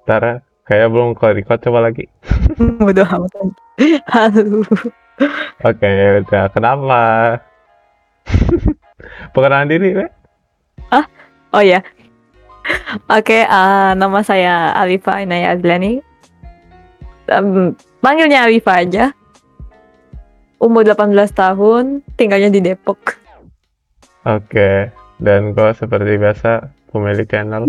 Tara, kayak belum ke-record, coba lagi. Bodo amat. Halo. Oke, udah. Kenapa? Perkenalan diri, Be. Oh ya. Oke, nama saya Alifa Inaya Azlani. Panggilnya Alifa aja. Umur 18 tahun, tinggalnya di Depok. Oke, dan gue seperti biasa pemilik channel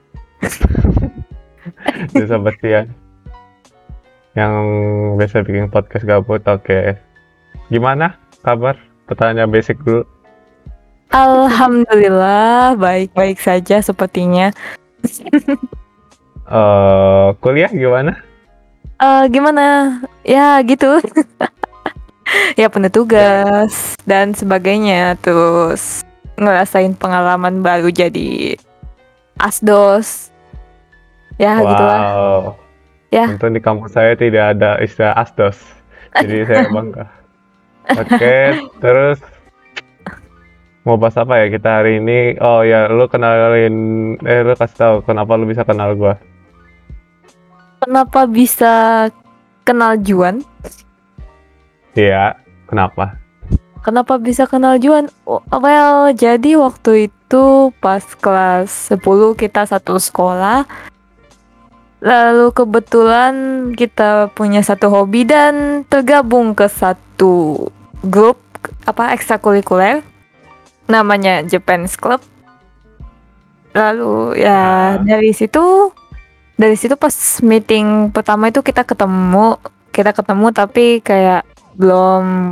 di Sebastian yang biasa bikin podcast gabut. Oke, gimana kabar? Pertanyaan basic dulu. Alhamdulillah, baik-baik saja sepertinya. Kuliah gimana? Gimana? Ya gitu. Ya penuh tugas dan sebagainya. Terus ngerasain pengalaman baru jadi asdos. Ya gitulah. Wow, Ya. untung di kampus saya tidak ada istilah asdos, jadi saya bangga. Oke, terus mau bahas apa ya kita hari ini? Oh ya, lu lu kasih tahu kenapa lu bisa kenal gua. Kenapa bisa kenal Juan? Iya, kenapa? Kenapa bisa kenal Juan? Well, jadi waktu itu pas kelas 10 kita satu sekolah. Lalu kebetulan kita punya satu hobi dan tergabung ke satu grup ekstrakurikuler namanya Japanese Club. Lalu ya dari situ pas meeting pertama itu kita ketemu tapi kayak belum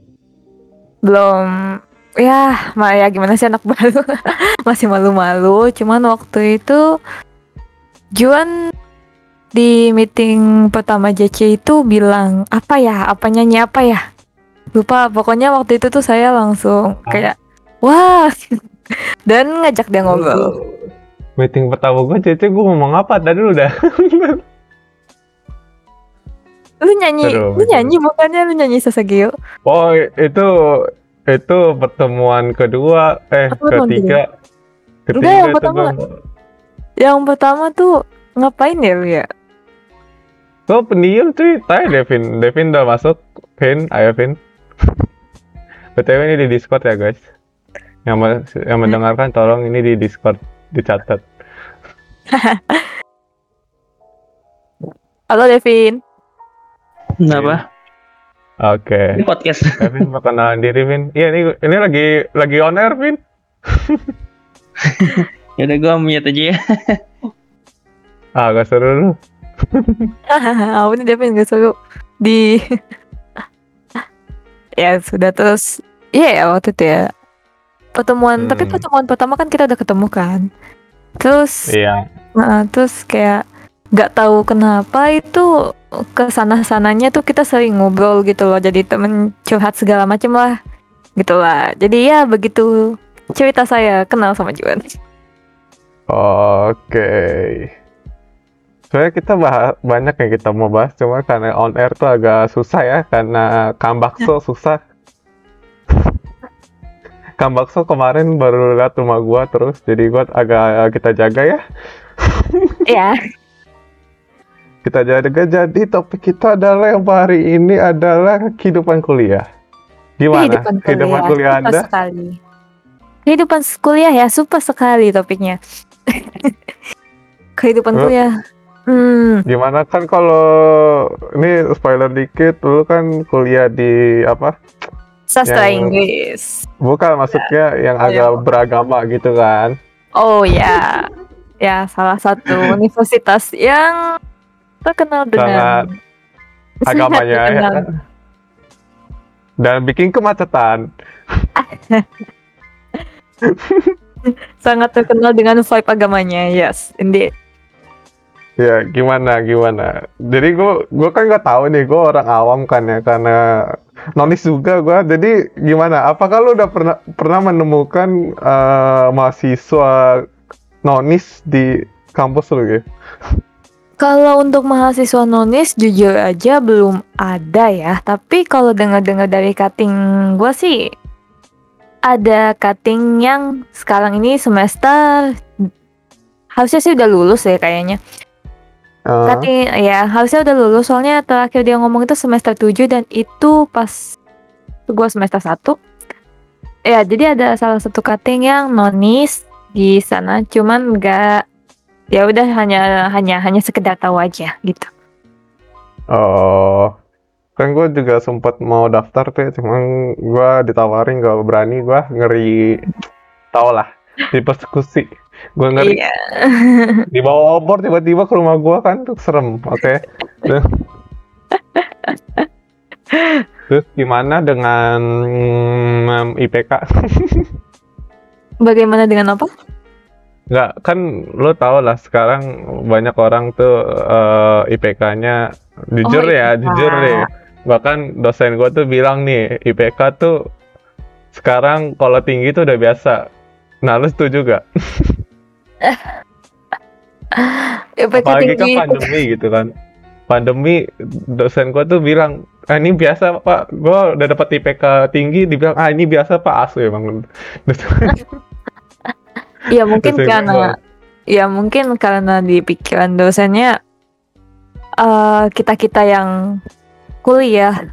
ya gimana sih anak baru masih malu-malu. Cuman waktu itu Juan di meeting pertama JC itu bilang nyanyi apa ya, lupa. Pokoknya waktu itu tuh saya langsung kayak wah dan ngajak dia ngobrol. Meeting pertama gua, Cece, gua ngomong apa tadi udah? Lu nyanyi bukannya lu nyanyi Sasageo? Oh, itu pertemuan kedua, ketiga. Enggak, Ketiga itu gua. yang pertama tuh ngapain ya lu ya? Gua pendiam cuy, tanya Devin udah masuk. Ayo Vin. BTW ini di Discord ya guys. Yang mendengarkan tolong ini di Discord dicatat. Halo Devin. Kenapa? Oke. Ini podcast. Vin perkenalan diri Vin. Iya ini lagi on air Vin. Ya udah gua mute aja ya. Gak seru lu. Apa nih Devin gak seru di ya sudah. Terus ya waktu itu ya pertemuan. Tapi pertemuan pertama kan kita udah ketemu kan. Terus iya. Terus kayak nggak tahu kenapa itu kesana-sananya tuh kita sering ngobrol gitu loh, jadi temen curhat segala macem lah gitulah. Jadi ya begitu cerita saya kenal sama Juan. Oke. Soalnya kita banyak yang kita mau bahas, cuma karena on air tuh agak susah ya, karena Kambakso susah. Kambakso kemarin baru lihat rumah gua terus, jadi gua agak kita jaga ya. Iya. Kita jaga. Jadi topik kita adalah yang hari ini adalah kehidupan kuliah. Gimana? Kehidupan kuliah Anda? Sekali. Kehidupan kuliah ya, super sekali topiknya. Kehidupan kuliah. Gimana kan kalau ini spoiler dikit, lu kan kuliah di apa? Sastra Inggris. Bukan, maksudnya yang agak beragama gitu kan? Oh ya, ya salah satu universitas yang terkenal dengan agamanya ya kan? Dan bikin kemacetan. Sangat terkenal dengan vibe agamanya, yes, indeed. Ya gimana? Jadi gue kan nggak tahu nih, gue orang awam kan ya, karena nonis juga gue. Jadi gimana? Apakah lu udah pernah menemukan mahasiswa nonis di kampus lu gitu? Kalau untuk mahasiswa nonis jujur aja belum ada ya. Tapi kalau dengar-dengar dari cutting gue sih ada cutting yang sekarang ini semester harusnya sih udah lulus ya kayaknya. Ah, Ya harusnya udah lulus, soalnya terakhir dia ngomong itu semester 7 dan itu pas gua semester 1. Ya, jadi ada salah satu cutting yang nonis di sana, cuman nggak, ya udah, hanya sekedar tahu aja gitu. oh, kan gue juga sempat mau daftar tuh, cuman gue ditawarin gak berani, gue ngeri, tau lah, dipersekusi, gue ngeri, Iya. dibawa obor tiba-tiba ke rumah gue kan, tuh serem, oke. Terus terus gimana dengan IPK? Bagaimana dengan apa? Nggak, kan lo tau lah sekarang banyak orang tuh IPK-nya, Oh, jujur deh. IPK. Bahkan dosen gue tuh bilang nih, IPK tuh sekarang kalau tinggi tuh udah biasa. Nah, lo setuju gak? IPK Apalagi kan tinggi. pandemi gitu kan. Pandemi, dosen gue tuh bilang, ah ini biasa pak, gue udah dapat IPK tinggi, dibilang, ah ini biasa pak, asu emang. Ya mungkin Dosen gue karena bilang, ya mungkin karena di pikiran dosennya, kita-kita yang kuliah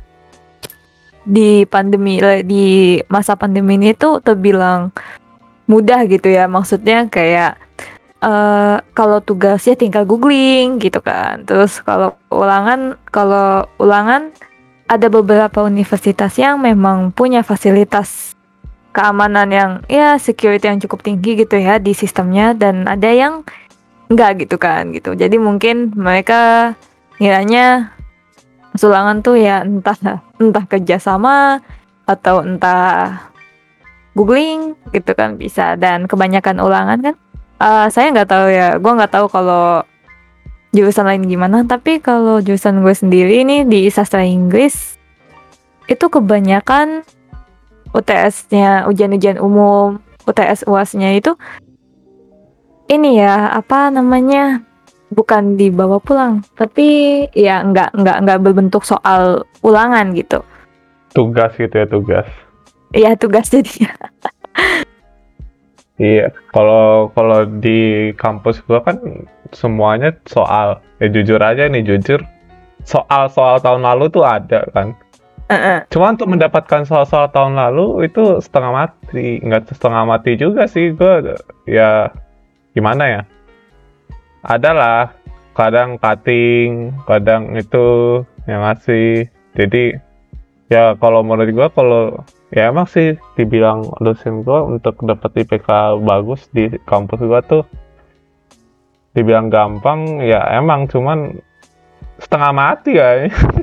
di masa pandemi ini tuh terbilang mudah gitu ya. Maksudnya kayak kalau tugasnya tinggal googling gitu kan. Terus kalau ulangan ada beberapa universitas yang memang punya fasilitas keamanan yang, ya, security yang cukup tinggi gitu ya di sistemnya, dan ada yang enggak gitu kan gitu. Jadi mungkin mereka kiranya ulangan tuh ya entah entah kerjasama atau entah googling gitu kan bisa. Dan kebanyakan ulangan kan, saya nggak tahu ya, gue nggak tahu kalau jurusan lain gimana, tapi kalau jurusan gue sendiri ini di sastra Inggris itu kebanyakan UTS-nya, ujian-ujian umum, UTS UAS-nya itu ini ya, apa namanya, bukan dibawa pulang, tapi ya nggak berbentuk soal ulangan gitu. tugas gitu ya, tugas. Ya tugas jadinya. Iya, kalau kalau di kampus gua kan semuanya soal. Ya jujur aja nih, jujur. Soal-soal tahun lalu tuh ada kan. Heeh. Cuma untuk mendapatkan soal-soal tahun lalu itu setengah mati. Nggak setengah mati juga sih gua. Ya gimana ya? Ada lah. Kadang cutting, kadang itu yang ngasih. Jadi ya kalau menurut gua, kalau ya emang sih dibilang dosen gua untuk dapat IPK bagus di kampus gua tuh dibilang gampang, ya emang cuman setengah mati ya.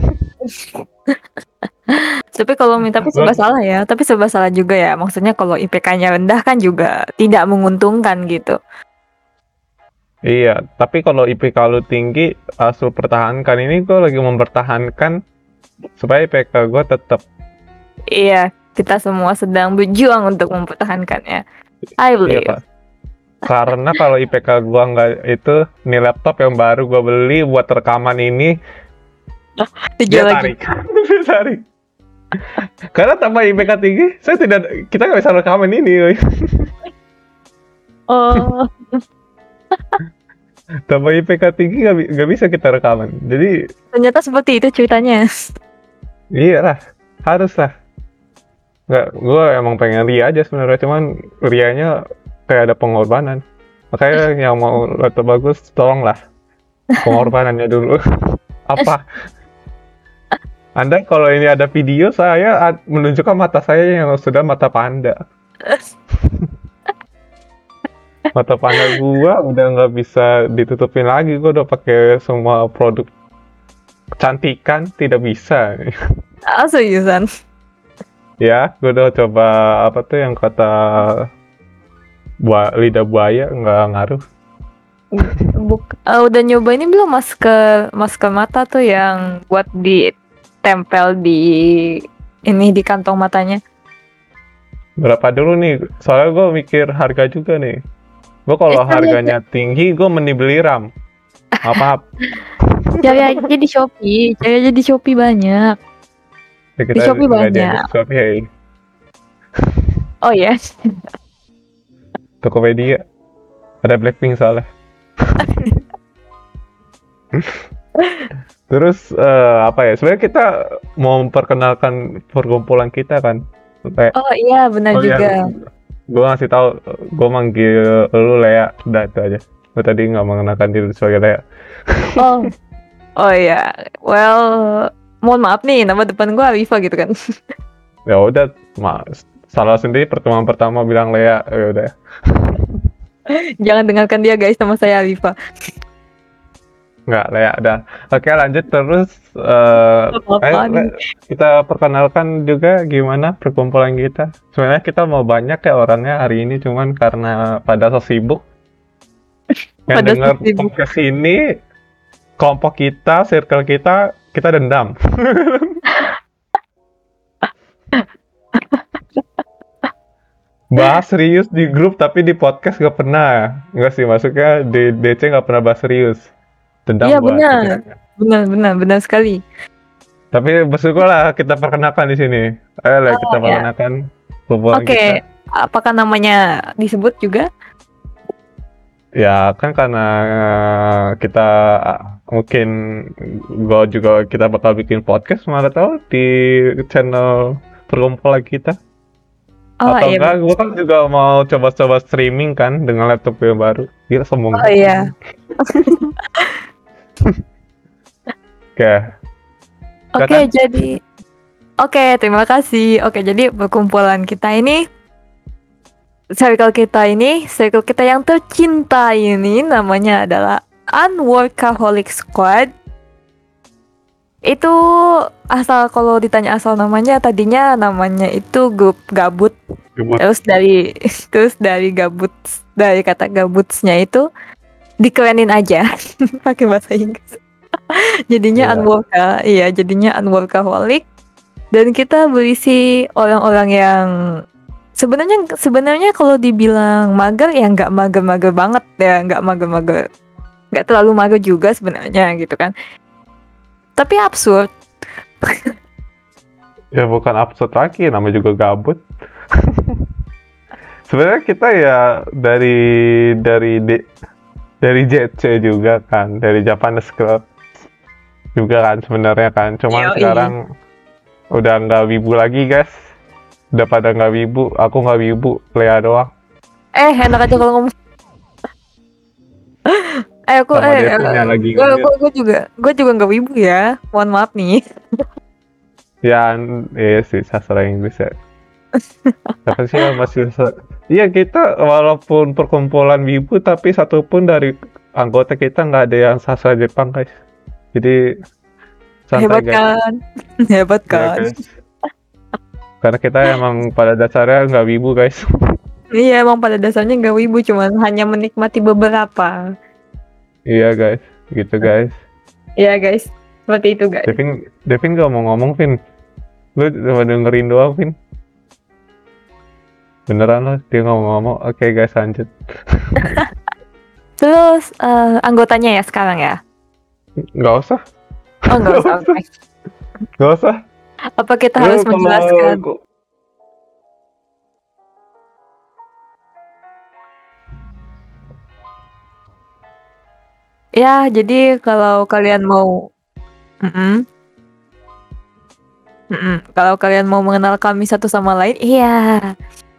Tapi serba Gua- salah ya. Tapi serba salah juga ya. Maksudnya kalau IPK-nya rendah kan juga tidak menguntungkan gitu. iya, tapi kalau IPK lu tinggi, asal pertahankan. Ini gua lagi mempertahankan supaya IPK gua tetap. Iya, kita semua sedang berjuang untuk mempertahankannya. I Iya believe. kak. Karena kalau IPK gua nggak itu, nih laptop yang baru gua beli buat rekaman ini, dia Dijual lagi. tarik. Dia tarik. Karena tambah IPK tinggi, kita nggak bisa rekaman ini. Woy. Oh, Tambah IPK tinggi nggak bisa kita rekaman. Jadi ternyata seperti itu ceritanya. iyalah, harus lah. Nggak, gue emang pengen ria aja sebenarnya, cuman rianya kayak ada pengorbanan. Makanya yang mau laptop bagus, tolonglah pengorbanannya dulu. Apa? Anda kalau ini ada video, saya menunjukkan mata saya yang sudah mata panda. Mata panda gua udah nggak bisa ditutupin lagi. Gua udah pakai semua produk kecantikan, tidak bisa. Ah, seriusan. Ya, gua udah coba apa tuh yang kata lidah buaya, nggak ngaruh. Udah nyoba ini belum, masker mata tuh yang buat ditempel di kantong matanya. Berapa dulu nih? Soalnya gue mikir harga juga nih. Gue kalau harganya tinggi, gue mending beli RAM. Apa? Cari aja di Shopee banyak. Ya, Di Shopee nggak ada yang banyak. di Shopee, Oh ya, Tokopedia. Ada Blackpink soalnya. Terus apa ya? Sebenarnya kita mau memperkenalkan perkumpulan kita kan. Kayak, Oh iya, benar oh iya, juga. gue ngasih tahu, gue manggil lu Lea, udah itu aja. Gue tadi nggak mengenalkan diri sebagai Lea. Oh, oh iya. Well, mohon maaf nih, nama depan gue Alifa gitu kan. Ya udah, salah sendiri pertemuan pertama bilang Lea, ya udah. Jangan dengarkan dia guys, nama saya Alifa. Nggak, Lea, udah. Oke, lanjut terus. Ayo, Apa nih? kita perkenalkan juga gimana perkumpulan kita. Sebenarnya kita mau banyak ya orangnya hari ini, cuman karena pada so sibuk. Yang Pada dengar sibuk. podcast ini, kelompok kita, circle kita dendam. Bahas serius di grup tapi di podcast gak pernah. Enggak sih, maksudnya di DC gak pernah bahas serius. Iya Dendam gua benar, pikirannya. benar sekali. Tapi bersyukur lah kita perkenalkan di sini. Ayo lah kita Oh ya, perkenalkan kumpulan oke. kita. Apakah namanya disebut juga? Ya kan karena kita mungkin gua juga kita bakal bikin podcast mana tahu di channel perkumpulan kita. Oh Atau iya, enggak, gue kan juga mau coba-coba streaming kan dengan laptop yang baru. Gila sombong oh banget. iya. Oke, udah kan? Oke, jadi oke, terima kasih. Oke, jadi perkumpulan kita ini, circle kita yang tercinta ini namanya adalah Unworkaholic Squad. Itu kalau ditanya asal namanya, tadinya namanya itu grup gabut. Coba. Terus dari gabut, dari kata gabutsnya itu dikerenin aja pakai bahasa Inggris. Jadinya Iya. jadinya Unworkaholic. Dan kita berisi orang-orang yang sebenarnya kalau dibilang mager ya nggak mager-mager banget ya, nggak terlalu mager juga sebenarnya gitu kan. Tapi absurd. Ya bukan absurd lagi, namanya juga gabut. Sebenarnya kita ya dari JC juga kan, dari Japanese Club juga kan sebenarnya kan. Cuman Yoi. sekarang udah nggak wibu lagi guys. Udah pada nggak wibu, aku nggak wibu, Lea doang. Enak aja kalau ngomong. Sama Devinnya lagi ngemil. Gue juga nggak wibu ya. Mohon maaf nih. Ya, iya sih sastra Inggris ya. Tapi sih masih iya kita walaupun perkumpulan wibu tapi satupun dari anggota kita nggak ada yang sastra Jepang guys. Jadi santai Hebat guys. kan? Hebat Ya, kan? guys. Karena kita emang pada dasarnya nggak wibu guys. Iya, emang pada dasarnya nggak wibu, cuman hanya menikmati beberapa. Iya guys, gitu guys. Iya guys, seperti itu guys. Devin nggak mau ngomong Vin. Lu cuma dengerin doang Vin. Beneran lah dia nggak mau ngomong. Oke guys lanjut. Terus anggotanya ya sekarang ya? Nggak usah. Oh nggak usah. Oke. Nggak usah. Apa kita Lu harus kalau menjelaskan? Ya, jadi kalau kalian mau, Mm-mm. Kalau kalian mau mengenal kami satu sama lain, iya.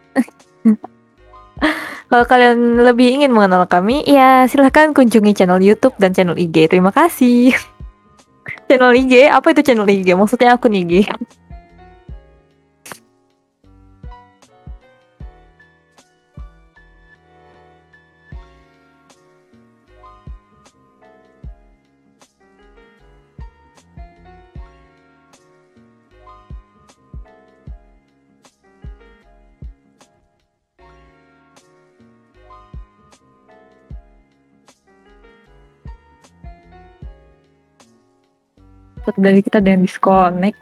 Kalau kalian lebih ingin mengenal kami, ya silahkan kunjungi channel YouTube dan channel IG. Terima kasih. Channel IG? Apa itu channel IG? Maksudnya akun IG? Dari kita ada yang disconnect.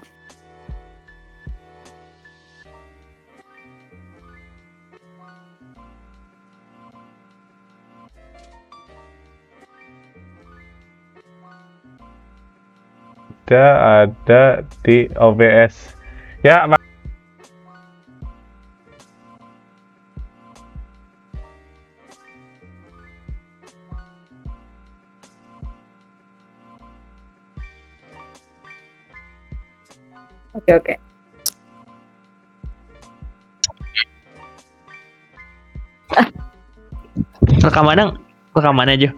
ada di OBS. Ya, Oke, oke. Rekaman aja.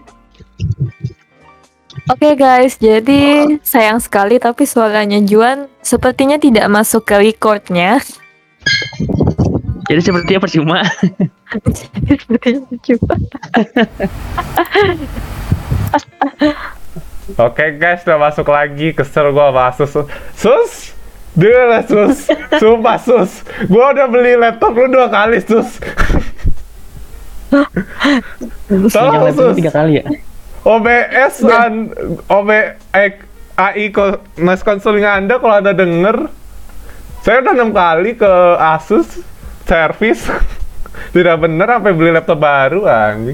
Oke guys, jadi sayang sekali tapi suaranya Juan sepertinya tidak masuk ke recordnya. Jadi sepertinya percuma. Sepertinya coba. Oke guys, udah masuk lagi. Kesel gua sama Asus. Sus! Dia lah Sus. Sumpah Sus. Gua udah beli laptop lu 2 kali Sus. Yang laptop 3 kali ya. OBS dan AI noise cancelling Anda kalau ada denger. Saya udah 6 kali ke Asus service. Tidak bener sampai beli laptop baru anjing.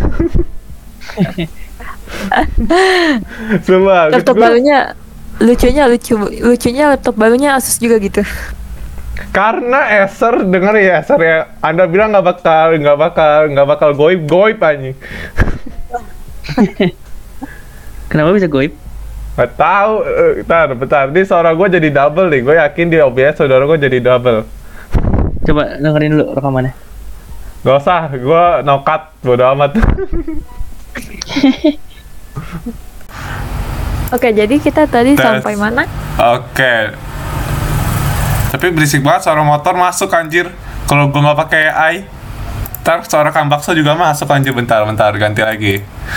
Sumpah, Laptop barunya lucunya laptop barunya Asus juga gitu. karena Acer denger ya Acer ya, Anda bilang nggak bakal goib anjing. Kenapa bisa goib? Nggak tahu, bentar, ini suara gue jadi double nih, gue yakin di OBS saudara gue jadi double. Coba dengerin dulu rekamannya. Gak usah, gue no cut, bodo amat. Oke, jadi kita tadi Tes. sampai mana? Oke. Tapi berisik banget suara motor masuk anjir. Kalau gue nggak pakai AI, ntar suara Kang Bakso juga masuk anjir. Bentar, ganti lagi.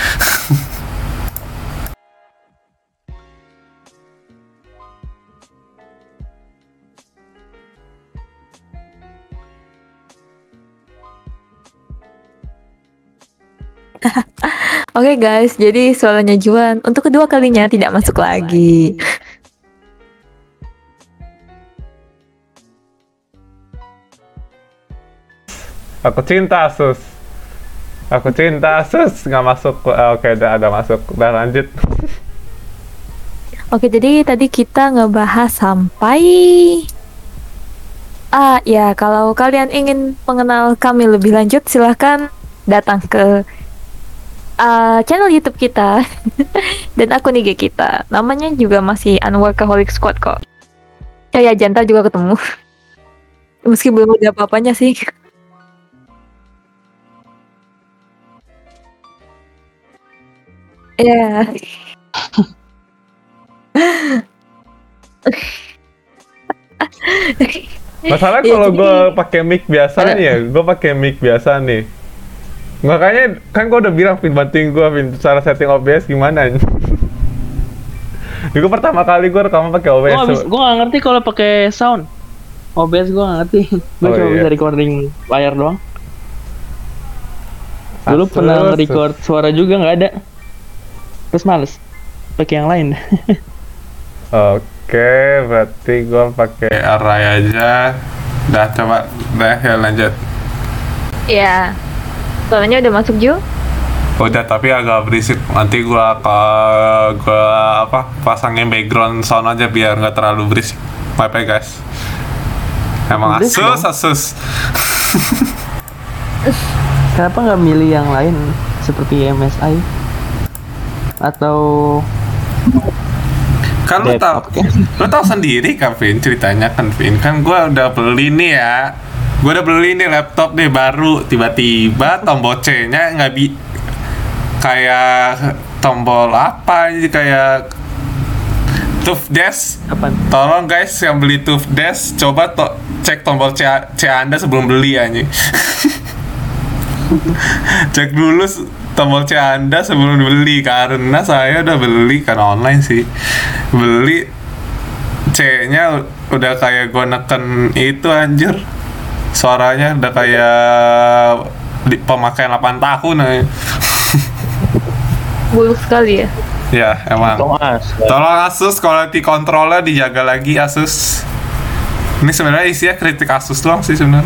Oke guys, jadi suaranya Juan untuk kedua kalinya tidak masuk lagi. Aku cinta Asus. Nggak masuk. Oke, udah ada masuk. Udah lanjut. Oke, jadi tadi kita ngebahas sampai ya, kalau kalian ingin mengenal kami lebih lanjut, silahkan datang ke channel YouTube kita dan akun IG kita. Namanya juga masih Unworkaholic Squad kok. Ya, Jantar juga ketemu. Meski belum ada apa-apanya sih. Ya. Masalahnya Ya, kalau jadi- gue pakai mic biasa nih ya, gue pakai mic biasa nih. Makanya kan gue udah bilang Vin, bantuin gue Vin cara setting OBS gimana. Gue pertama kali gue rekaman pakai OBS. Gue nggak ngerti kalau pakai sound. OBS gue nggak ngerti. Gue Oh, cuma iya. bisa recording layar doang. Dulu Asus. pernah record suara juga nggak ada. Terus males pakai yang lain. Oke, berarti gue pakai array aja. Udah coba, udah ya lanjut. Ya. Suaranya udah masuk Ju? Udah, tapi agak berisik. Nanti gua pasangin background sound aja biar nggak terlalu berisik. Maaf ya guys. Emang Berisik Asus. Kenapa nggak milih yang lain seperti MSI atau Kan lu laptop, tahu sendiri kan Vin, ceritanya kan Vin. Kan gua udah beli nih ya. Gue udah beli nih laptop nih baru, tiba-tiba tombol C-nya nggak kayak tombol apa ini, kayak Tooth Desk. Apaan? Tolong guys yang beli Tooth Desk, coba cek tombol C Anda sebelum beli anjing. Cek dulu tombol C Anda sebelum beli, karena saya udah beli kan online sih. Beli C-nya udah kayak gue neken itu anjir. Suaranya udah kayak pemakaian 8 tahun aja. Buruk sekali ya. Ya, emang. Asus. Tolong Asus, quality control-nya dijaga lagi Asus. Ini sebenarnya isinya kritik Asus doang sih sebenarnya.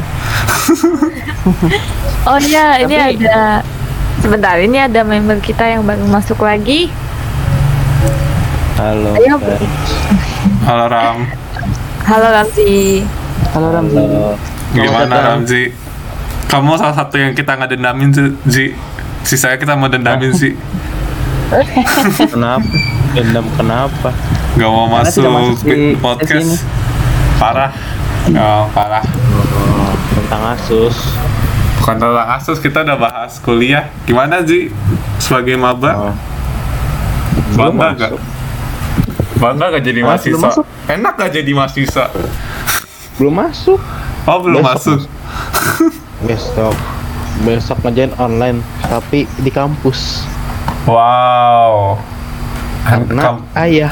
Oh iya, ini Tapi- ada. Sebentar, ini ada member kita yang baru masuk lagi. Halo. Ayo. Halo Ram. Halo Ramzi. Halo Ramzi. Gimana datang. Ramzi? Kamu salah satu yang kita nggak dendamin Ji. Sisanya kita mau dendamin sih. Kenapa? Dendam kenapa? Gak mau Karena tidak masuk masuk di podcast. sesi Parah. Oh, parah. Tentang Asus. Bukan tentang Asus, kita udah bahas kuliah. Gimana sih sebagai maba? Oh. Belum Bangga gak? masuk. Bangga gak jadi Belum mahasiswa? masuk. Enak gak jadi mahasiswa? Belum masuk. Oh, belum masuk. Besok ngerjain online tapi di kampus Wow. karena ayah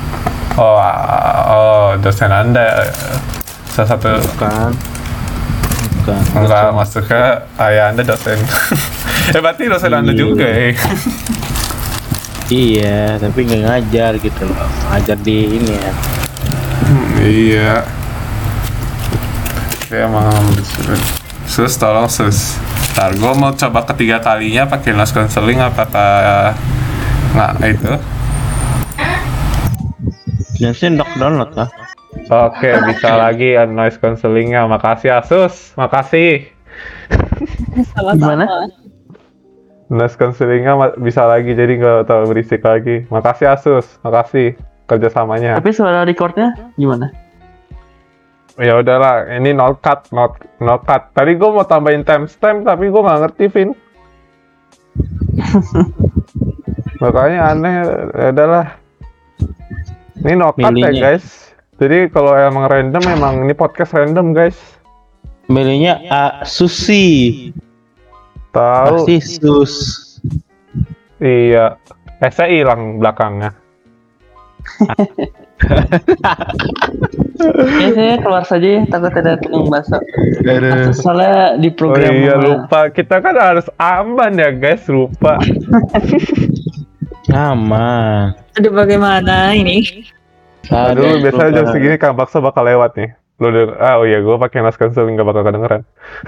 Dosen Anda salah satu. bukan Enggak, maksudnya ayah Anda dosen. Berarti dosen Anda juga ya. iya tapi nggak ngajar gitu loh, ngajar di ini ya. Iya. Tapi emang sus, tolong sus. Ntar gue mau coba ketiga kalinya pakai noise counseling, apakah nggak itu? Biasanya download lah. Oke, bisa lagi noise counselingnya. Makasih Asus, makasih. Gimana? Noise counselingnya bisa lagi, jadi nggak terlalu berisik lagi. Makasih Asus, makasih kerjasamanya. Tapi suara recordnya gimana? Ya udahlah, ini no cut. Tadi gue mau tambahin timestamp, tapi gue nggak ngerti, Vin. Makanya aneh, ya udahlah. Ini no cut ya guys. Jadi kalau emang random, emang ini podcast random guys. Milihnya Susi. Tahu? Sus. Iya. S-nya hilang belakangnya. Ya saya keluar saja ya, takut ada tukang bakso. Soalnya di Oh program iya, lupa. Kita kan harus aman ya guys, lupa. aman. Aduh, bagaimana ini? Aduh, biasanya jam segini Kang Bakso bakal lewat nih. Oh iya, gue pakai noise cancelling gak bakal kedengeran.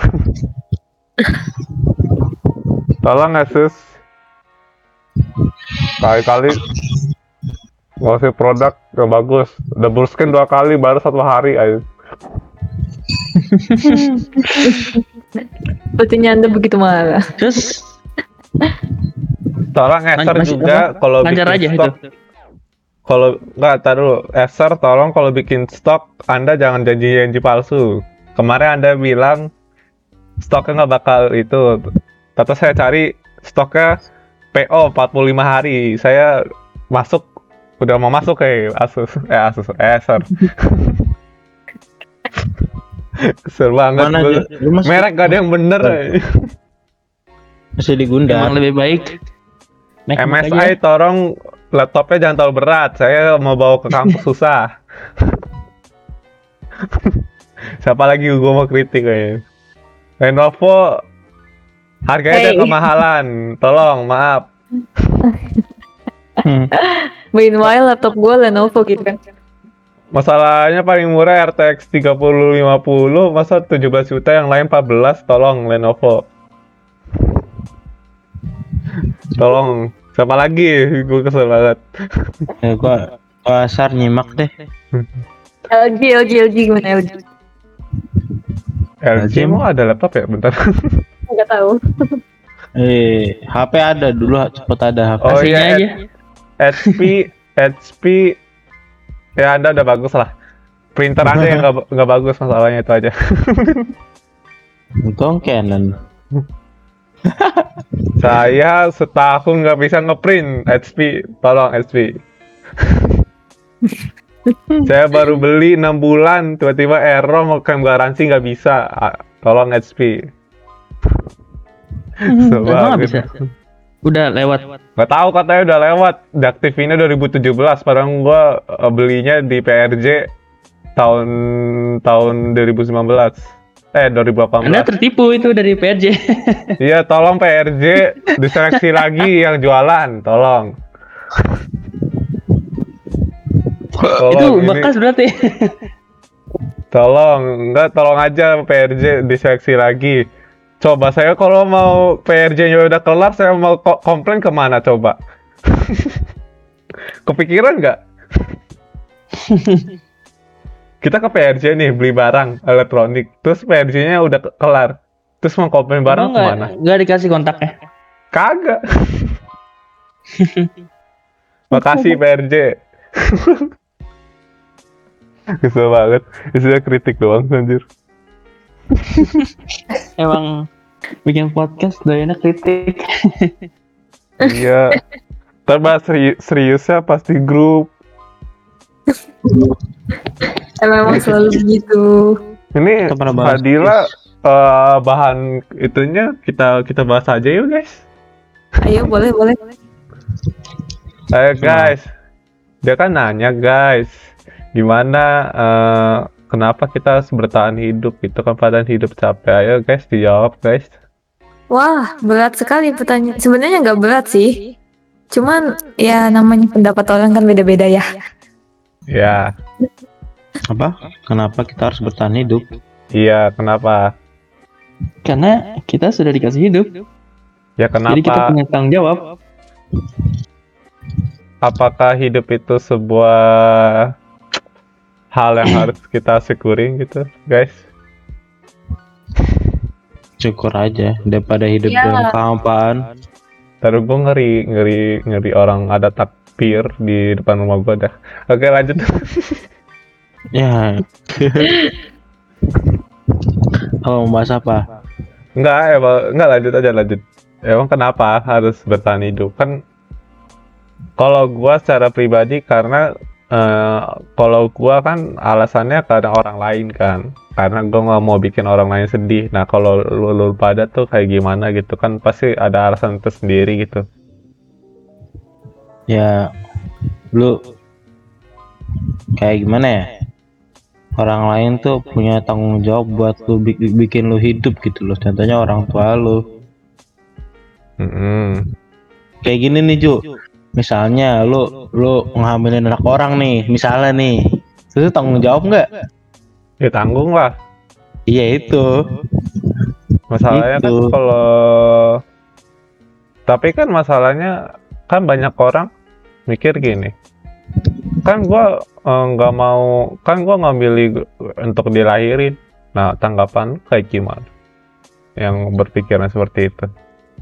Tolong ya sus. Kali-kali ngasih produk gak bagus. Double scan 2 kali baru 1 hari aja. Sepertinya Anda begitu marah. Terus Tolong Eser Masih juga kalau lancar aja bikin stok. itu. Kalau nggak, taruh Eser, tolong kalau bikin stok Anda jangan janji palsu. Kemarin Anda bilang stoknya nggak bakal itu. Terus saya cari stoknya PO 45 hari. Saya udah mau masuk ke Eser. Kesel banget. Mana aja? Lu masih- Merek gak ada yang bener. Masih digundang. Emang lebih baik. MSI tolong laptopnya jangan terlalu berat. Saya mau bawa ke kampus susah. Siapa lagi gue mau kritik kayaknya. Lenovo harganya ada kemahalan. Tolong, maaf. Meanwhile laptop gue Lenovo gitu kan. Masalahnya paling murah RTX 3050, masa 17 juta, yang lain 14. Tolong Lenovo. Tolong, siapa lagi? Gue kesel banget. Gua pasar nyimak deh. LG gimana LG? LG mau ada laptop ya? Bentar. Nggak tahu. HP ada dulu, cepet ada HP. Oh Aslinya iya, aja. HP, ya Anda udah bagus lah. Printer Anda yang nggak bagus, masalahnya itu aja. Untung Canon. Saya setahun nggak bisa ngeprint HP, tolong HP. Saya baru beli 6 bulan, tiba-tiba error mau klaim garansi nggak bisa. Tolong HP. Emang nggak bisa? Udah lewat. Nggak tahu, katanya udah lewat. Deaktifinnya 2017, padahal gua belinya di PRJ tahun 2019. 2018. Anda tertipu itu dari PRJ. Iya, tolong PRJ diseleksi lagi yang jualan, tolong. Itu bekas berarti. Tolong aja PRJ diseleksi lagi. Coba saya kalau mau PRJ-nya udah kelar, saya mau komplain kemana coba? Kepikiran nggak? Kita ke PRJ nih beli barang elektronik, terus PRJ-nya udah kelar, terus mau komplain barang kemana? Nggak dikasih kontaknya? Kagak. Makasih PRJ. Kesel banget. Isinya kritik doang anjir. Emang bikin podcast doyannya kritik. Iya. Ntar bahas seriusnya pasti grup. Emang selalu begitu. Ini Kita pernah bahas. Fadila bahan itunya kita bahas aja yuk guys. Ayo boleh. Ayo guys. Dia kan nanya guys. Gimana kenapa kita harus bertahan hidup gitu kan, padahal hidup capek. Ayo guys dijawab guys. Wah, berat sekali pertanyaan. Sebenarnya nggak berat sih. Cuman ya namanya pendapat orang kan beda-beda ya. Ya. Apa? Kenapa kita harus bertahan hidup? Iya, kenapa? Karena kita sudah dikasih hidup. Ya kenapa? Jadi kita punya tanggung jawab. Apakah hidup itu sebuah hal yang harus kita syukurin gitu, guys? Syukur aja daripada hidup Iya. dalam kehampaan. Terus gue ngeri orang ada takbir di depan rumah gue dah. Oke lanjut. Ya. Oh, mau bahas apa? Enggak lanjut. Emang kenapa harus bertahan hidup? Kan kalau gue secara pribadi karena kalau gue kan alasannya karena orang lain kan. Karena gue nggak mau bikin orang lain sedih. Nah kalau lu pada tuh kayak gimana gitu kan pasti ada alasan tersendiri gitu. Ya, lu kayak gimana ya? Orang lain tuh punya tanggung jawab buat lu bikin lu hidup gitu loh. Contohnya orang tua lu. Kayak gini nih Ju. Misalnya lu ngehamilin anak orang nih, misalnya nih. Itu tanggung jawab nggak? Ya tanggung lah. Iya itu. Masalahnya kan Itu. tapi kan masalahnya kan banyak orang mikir gini. Kan gua nggak mau, kan gua nggak milih untuk dilahirin. Nah tanggapan lu kayak gimana? Yang berpikiran seperti itu.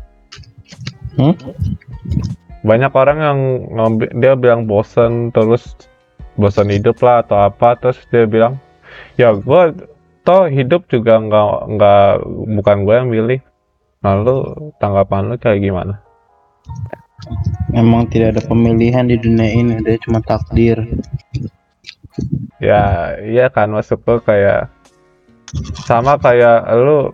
Banyak orang yang dia bilang bosen hidup lah atau apa, terus dia bilang ya gue toh hidup juga nggak bukan gue yang milih. Lalu tanggapan lu kayak gimana? Memang tidak ada pemilihan di dunia ini, ada cuma takdir. Ya iya kan, masuk ke kayak sama kayak lu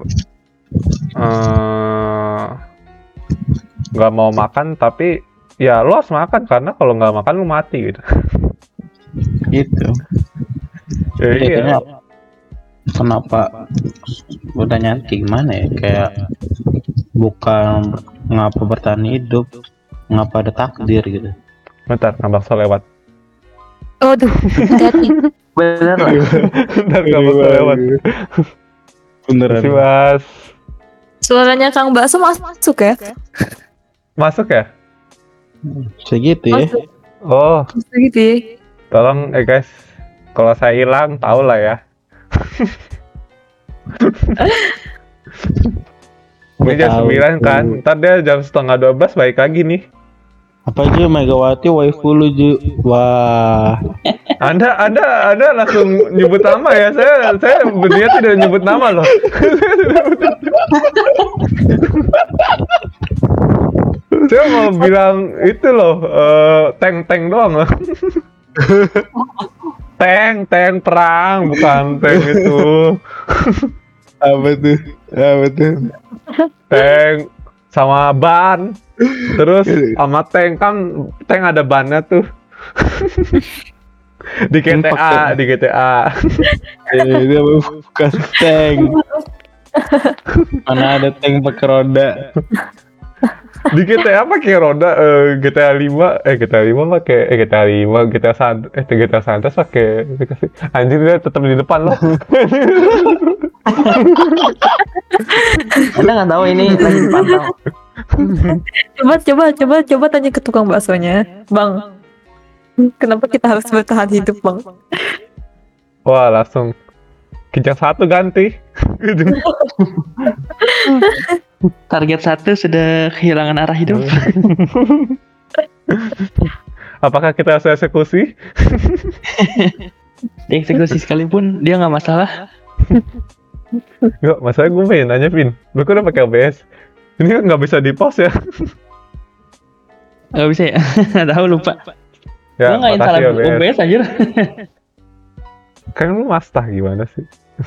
nggak mau makan tapi ya lu harus makan karena kalau nggak makan lu mati gitu. Gitu. Ya, iya. Jadinya kenapa pertanyaan kayak gimana ya, kayak bukan ngapa bertahan hidup, ngapa ada takdir gitu. Bentar, bakso lewat. Aduh, hati-hati. Bener lah. Bentar, bakso lewat. Beneran. Terima kasih, Mas. Suaranya Kang Bakso masuk ya? Masuk ya? Segitu ya. Masuk. Oh, Gitu ya. tolong guys, kalau saya hilang tahu lah ya. Ini jam 9 kan, ntar dia jam 11:30 balik lagi nih. Apa Ju, Megawati waifu lu Ju? Wah. Anda langsung nyebut nama ya, saya berniat tidak nyebut nama loh. Saya mau bilang itu loh, tank doang loh. Tank perang, bukan tank itu. Apa tuh? Tank sama ban. Terus sama tank kan, tank ada bannya tuh. Di GTA. Ini bukan tank. Mana ada tank pakai roda? Di GTA pakai roda, GTA 5 GTA San Andreas pakai anjir, dia tetap di depan loh. Anda nggak tahu ini lagi dipantau. Coba tanya ke tukang baksonya, Bang. Kenapa kita harus bertahan hidup, Bang? Wah, langsung kijang 1 ganti. Target 1 sudah kehilangan arah hidup. Apakah kita harus eksekusi? Dieksekusi sekalipun dia nggak masalah. Enggak, masalahnya gue pengen nanya, Vin. Lu kan udah pakai OBS. Ini kan nggak bisa di-pause ya? Nggak bisa ya? Tahu lupa. Ya, Gua nggak install makasih OBS. OBS anjir. Kan lu mastah gimana sih?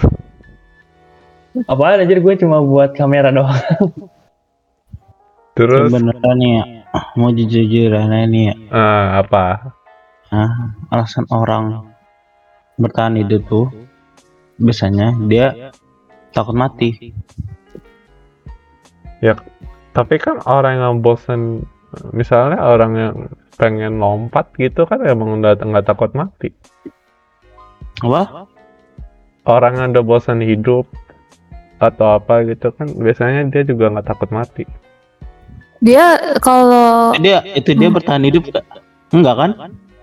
Apaan anjir, gue cuma buat kamera doang. Terus, Sebenarnya nih ya, mau jujur-jujuran nih ya, apa? alasan orang bertahan hidup tuh biasanya dia takut mati. Ya, tapi kan orang yang bosen, misalnya orang yang pengen lompat gitu kan emang udah nggak takut mati. Wah, Orang yang udah bosan hidup atau apa gitu kan biasanya dia juga nggak takut mati. Dia kalau dia bertahan hidup enggak kan?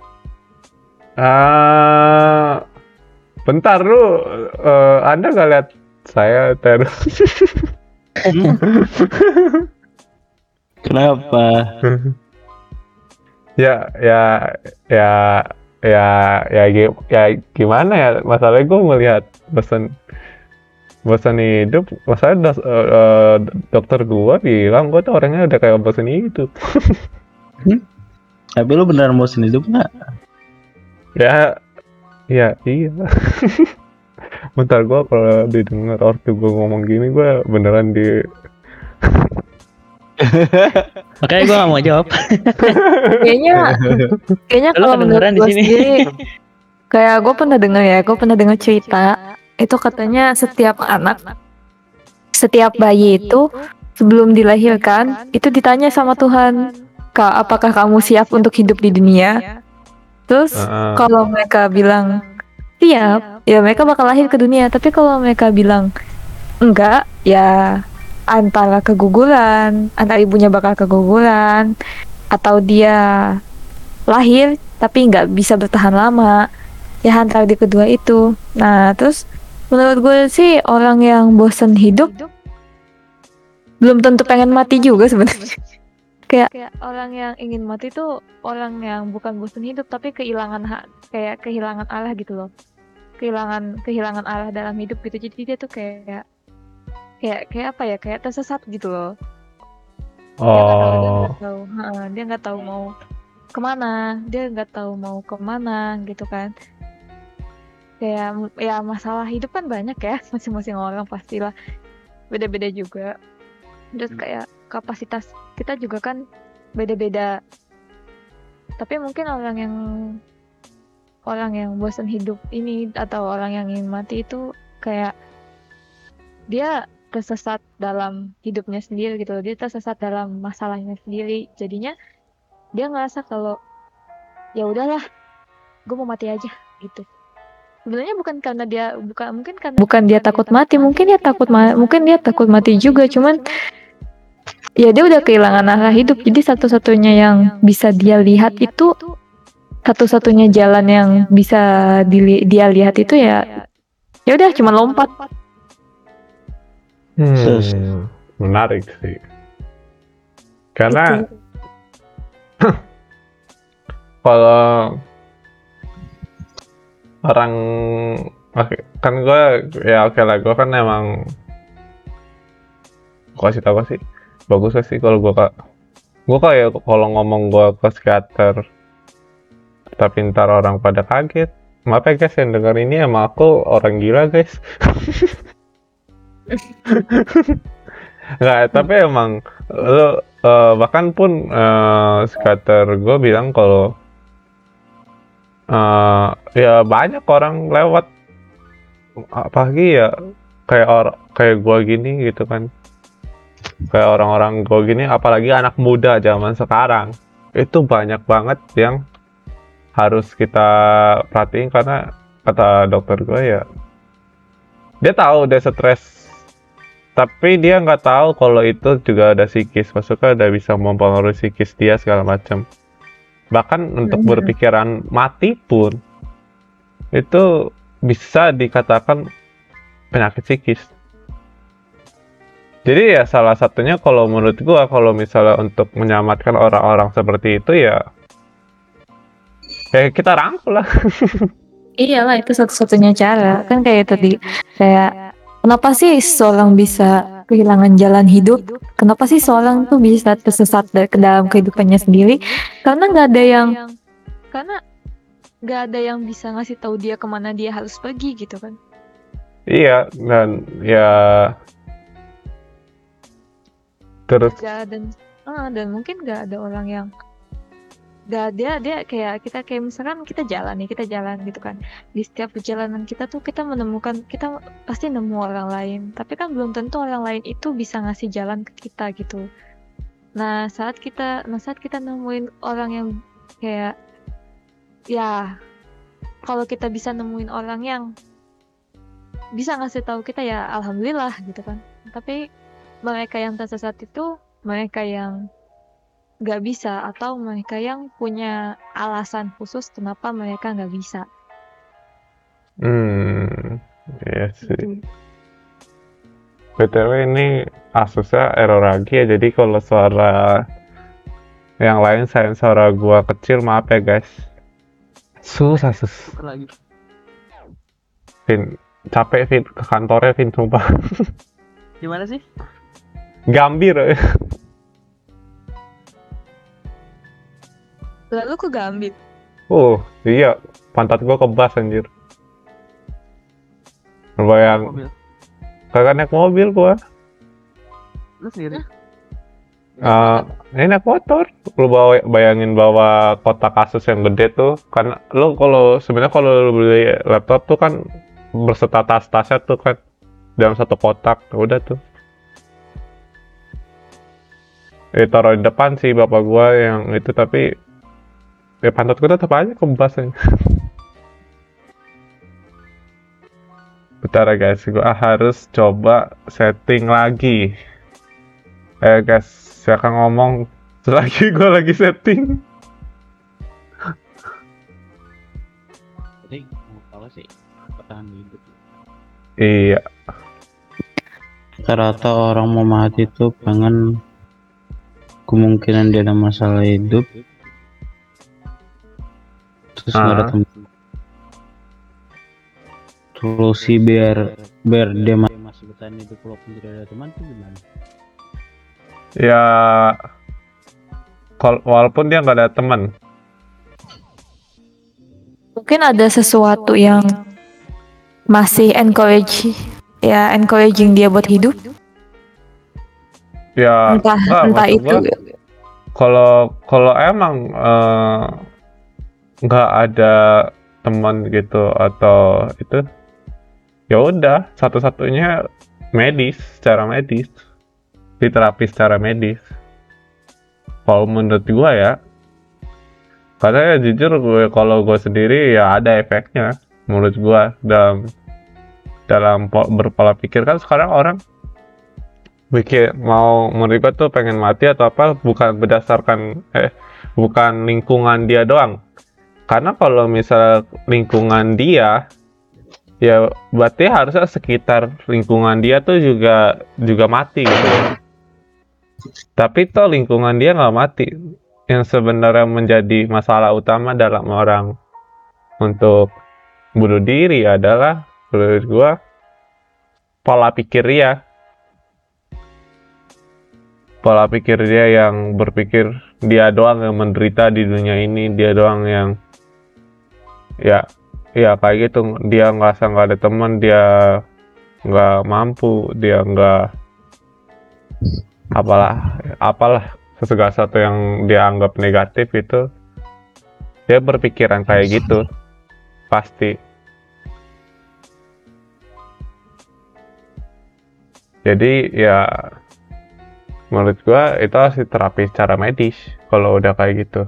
Bentar lu, Anda nggak lihat saya terus? Kenapa? ya, gimana ya? Masalahnya gue melihat bosan hidup. Masalahnya dokter gue bilang gue tuh orangnya udah kayak bosan hidup. Tapi lu beneran bosan hidup nggak? Ya, iya. Bentar, gue kalau didengar ortu gue ngomong gini, gue beneran di... Makanya gue nggak mau jawab. kayaknya Lu kalau kedengeran menurut di gue sini. sendiri, kayak gue pernah dengar cerita itu katanya setiap bayi itu sebelum dilahirkan itu ditanya sama Tuhan, Kak, apakah kamu siap untuk hidup di dunia? Terus kalau mereka bilang siap, ya mereka bakal lahir ke dunia. Tapi kalau mereka bilang enggak, ya antara keguguran, antara ibunya bakal keguguran, atau dia lahir tapi nggak bisa bertahan lama, ya antara di kedua itu. Nah, terus menurut gue sih orang yang bosen hidup belum tentu pengen mati juga sebenarnya. Kayak orang yang ingin mati tuh orang yang bukan bosen hidup tapi kehilangan arah gitu loh. Kehilangan arah dalam hidup gitu. Jadi dia tuh kayak apa ya, kayak tersesat gitu loh. Dia nggak tahu mau kemana gitu kan. Kayak ya masalah hidup kan banyak ya, masing-masing orang pastilah beda-beda juga. Terus kayak kapasitas kita juga kan beda-beda. Tapi mungkin orang yang bosan hidup ini atau orang yang ingin mati itu kayak dia tersesat dalam hidupnya sendiri gitu. Dia tersesat dalam masalahnya sendiri. Jadinya dia ngerasa kalau ya udahlah, gue mau mati aja gitu. Sebenarnya bukan dia takut mati, mungkin dia takut mati juga, cuman ya dia udah kehilangan arah hidup. Jadi satu-satunya yang bisa dia lihat itu, satu-satunya jalan yang bisa dia lihat itu ya udah cuma lompat. Menarik sih. Karena kalau orang kan gue ya oke lah, gue kan emang kasih tau sih bagus sih kalau gue kayak kalau ngomong gue ke psikiater tapi ntar orang pada kaget. Maaf ya guys yang denger ini, emang aku orang gila guys. Nggak, tapi emang lo bahkan pun psikiater gue bilang kalau ya banyak orang lewat, apalagi ya kayak gue gini gitu kan, kayak orang-orang gue gini, apalagi anak muda zaman sekarang itu banyak banget yang harus kita perhatiin. Karena kata dokter gue ya, dia tahu dia stres, tapi dia nggak tahu kalau itu juga ada psikis, maksudnya udah bisa mempengaruhi psikis dia segala macam. Bahkan untuk berpikiran mati pun itu bisa dikatakan penyakit psikis. Jadi ya salah satunya kalau menurut gua, kalau misalnya untuk menyelamatkan orang-orang seperti itu ya kita rangkul lah. Iyalah itu satu-satunya cara. Kan kayak tadi, kayak kenapa sih seorang bisa kehilangan jalan hidup? Kenapa sih seorang tuh bisa tersesat ke dalam kehidupannya sendiri? Karena karena nggak ada yang bisa ngasih tahu dia kemana dia harus pergi gitu kan. Iya, dan ya terus Dan mungkin nggak ada orang yang nggak ada dia kayak kayak misalkan kita jalan gitu kan, di setiap perjalanan kita tuh kita pasti nemu orang lain, tapi kan belum tentu orang lain itu bisa ngasih jalan ke kita gitu. Nah saat kita nemuin orang yang kayak, ya kalau kita bisa nemuin orang yang bisa ngasih tahu kita, ya alhamdulillah gitu kan. Tapi mereka yang tersesat itu mereka yang nggak bisa, atau mereka yang punya alasan khusus kenapa mereka nggak bisa iya sih. gitu. BTW ini Asusnya error lagi ya, jadi kalau suara yang lain selain suara gua kecil, maaf ya guys. Asus. Lagi. Vin, capek Vin, ke kantornya Vin, sumpah. Gimana sih? Gambir. Lalu ke Gambit. Iya, pantat gua kebas anjir. Bayang, Mobil. kagak naik mobil gua. Lu sendiri? Ini naik motor. Lu bayangin bawa kotak Asus yang gede tuh. Kan lu sebenarnya kalau lu beli laptop tuh kan berserta tas-tasnya tuh kan dalam satu kotak. Udah tuh. Taruh di depan sih bapak gua yang itu, tapi ya pantat gua tetap aja kebas ya. Bentar ya guys, gua harus coba setting lagi. Guys, silakan ngomong selagi gue lagi setting. Jadi mau tahu sih bertahan hidup. Iya, Rata-rata orang mau mati tuh pengen kemungkinan dia ada masalah hidup, terus nggak ada teman. Solusi biar dia masih bertahan hidup walaupun tidak ada teman tuh gimana? ya walaupun dia nggak ada teman. Mungkin ada sesuatu yang masih encouraging dia buat hidup. Ya, Entah maksud itu. gua, kalau emang nggak ada teman gitu atau itu, ya udah satu-satunya secara medis, diterapi secara medis. Kalau menurut gua ya, karena ya jujur kalau gue sendiri ya ada efeknya menurut gua dalam berpola pikir. Kan sekarang orang mikir mau meribet tuh pengen mati atau apa, bukan berdasarkan bukan lingkungan dia doang. Karena kalau misal lingkungan dia, ya berarti harusnya sekitar lingkungan dia tuh juga mati gitu. Tapi toh lingkungan dia nggak mati. Yang sebenarnya menjadi masalah utama dalam orang untuk bunuh diri adalah menurut gua pola pikir dia yang berpikir dia doang yang menderita di dunia ini, dia doang yang ya kayak gitu. Dia nggak ada teman, dia nggak mampu, dia nggak apalah segala sesuatu yang dia anggap negatif itu, dia berpikiran kayak gitu pasti. Jadi ya menurut gua itu harus diterapi secara medis kalau udah kayak gitu,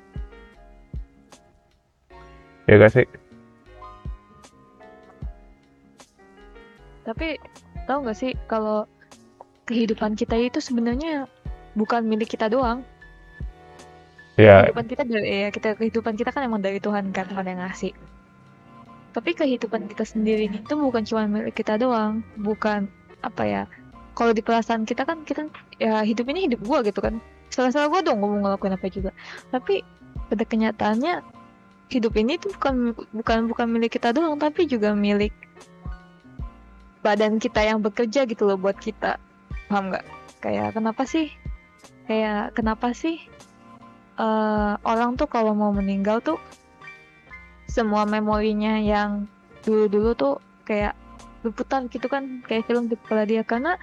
ya gak sih? Tapi tahu nggak sih kalau kehidupan kita itu sebenarnya bukan milik kita doang. Ya, Kehidupan kita kan emang dari Tuhan kan, Tuhan yang ngasih. Tapi kehidupan kita sendiri itu bukan cuma milik kita doang, bukan apa ya? Kalau di perasaan kita kan ya hidup ini hidup gua gitu kan. Salah-salah gua dong, gua mau ngelakuin apa juga. Tapi pada kenyataannya hidup ini tuh bukan milik kita doang, tapi juga milik badan kita yang bekerja gitu loh buat kita. Paham nggak? Kayak kenapa sih orang tuh kalau mau meninggal tuh semua memorinya yang dulu-dulu tuh kayak berputar gitu kan, kayak film di kepala dia, karena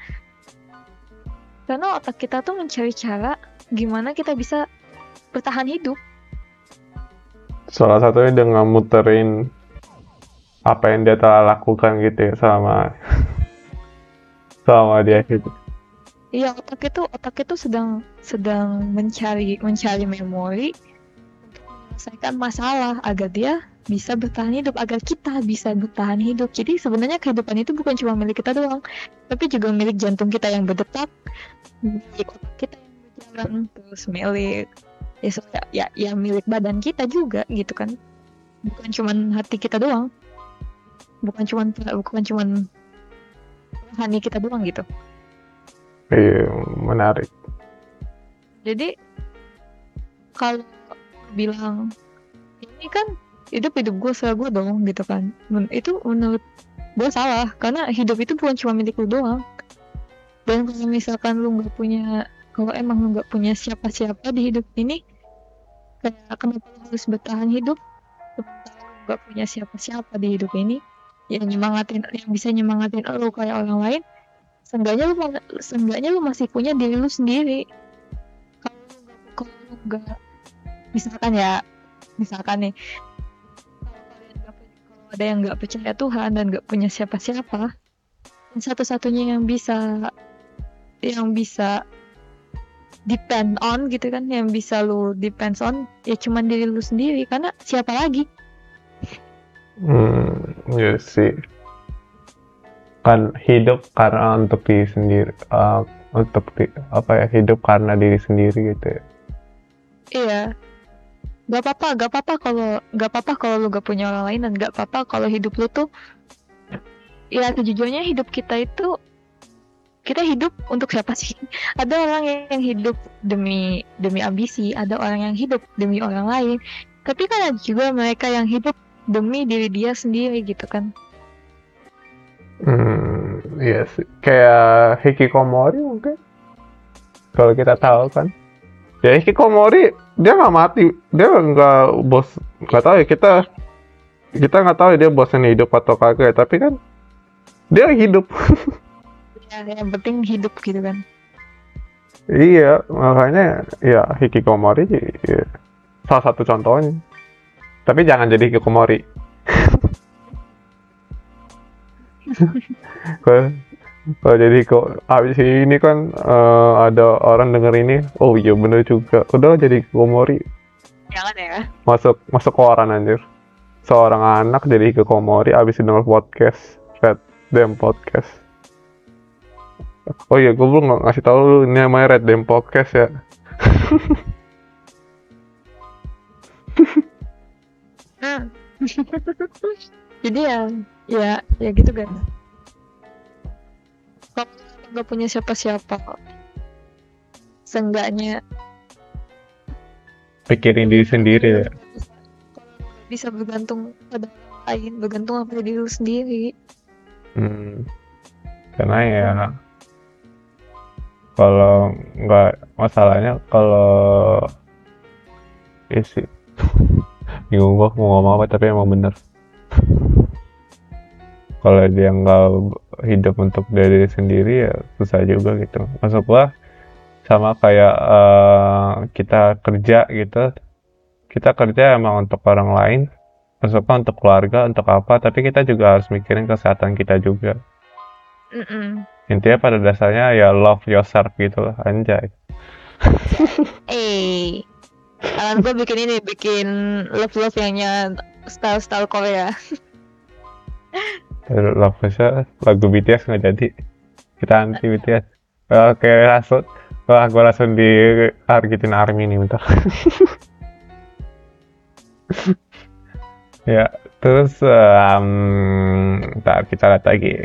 otak kita tuh mencari cara gimana kita bisa bertahan hidup. Salah satunya dengan muterin apa yang dia telah lakukan gitu ya selama dia hidup. Iya, otak itu sedang mencari memori untuk menyelesaikan masalah agar dia bisa bertahan hidup, agar kita bisa bertahan hidup. Jadi sebenarnya kehidupan itu bukan cuma milik kita doang, tapi juga milik jantung kita yang berdetak, milik otak kita yang berjalan, terus milik ya milik badan kita juga gitu kan. Bukan cuma hati kita doang, bukan cuma rohani kita doang gitu. Iya, menarik. Jadi kalau bilang ini kan hidup gue salah gue dong gitu kan, itu menurut gue salah, karena hidup itu bukan cuma milik lu doang. Dan kalau misalkan kalau emang lu nggak punya siapa-siapa di hidup ini, kayak kenapa lu harus bertahan hidup sementara lu nggak punya siapa-siapa di hidup ini yang bisa nyemangatin lu kayak orang lain. Seenggaknya lu masih punya diri lu sendiri. Kalau lu nggak, misalkan nih, kalau ada yang nggak percaya Tuhan dan nggak punya siapa-siapa, dan satu-satunya yang bisa depend on gitu kan, yang bisa lu depends on ya cuman diri lu sendiri, karena siapa lagi? Ya sih. Kan hidup karena untuk diri sendiri, hidup karena diri sendiri gitu ya. Iya, gak apa-apa kalau lu gak punya orang lain, dan gak apa-apa kalau hidup lu tuh, ya sejujurnya hidup kita itu, kita hidup untuk siapa sih? Ada orang yang hidup demi ambisi, ada orang yang hidup demi orang lain, tapi kan ada juga mereka yang hidup demi diri dia sendiri gitu kan. Iya sih. Kayak Hikikomori mungkin. Kalau kita tahu kan. Ya Hikikomori dia nggak mati, dia nggak tahu ya, kita nggak tahu ya dia bosan hidup atau kagak, tapi kan dia hidup. Ya, yang penting hidup gitu kan. Iya, makanya ya Hikikomori ya, salah satu contohnya. Tapi jangan jadi Hikikomori. Kalau jadi kok habis ini kan ada orang denger ini, oh iya bener juga, udah jadi Hikikomori. Jangan ya. Masuk koran anjir. Seorang anak jadi Hikikomori abis denger podcast Red Dem Podcast. Oh iya, gue belum ngasih tahu lu, ini namanya Red Dem Podcast ya. Jadi ya gitu kan. Kalau nggak punya siapa-siapa, seenggaknya Pikirin diri sendiri ya. kalau bisa bergantung pada orang lain, bergantung pada diri lu sendiri. Karena ya kalau nggak, masalahnya kalau isi bingung gua mau ngomong apa, tapi emang bener. Kalau dia nggak hidup untuk diri sendiri ya susah juga gitu. Maksud gua sama kayak kita kerja gitu, kita kerja emang untuk orang lain, maksudnya untuk keluarga, untuk apa, tapi kita juga harus mikirin kesehatan kita juga. Intinya pada dasarnya ya love yourself gitu lah, anjay. Gue bikin love yang style Korea. Love yourself, lagu BTS nggak jadi, kita anti BTS. Oke, gue langsung di Argentina Army nih bentar. Ya, terus ntar kita lihat lagi.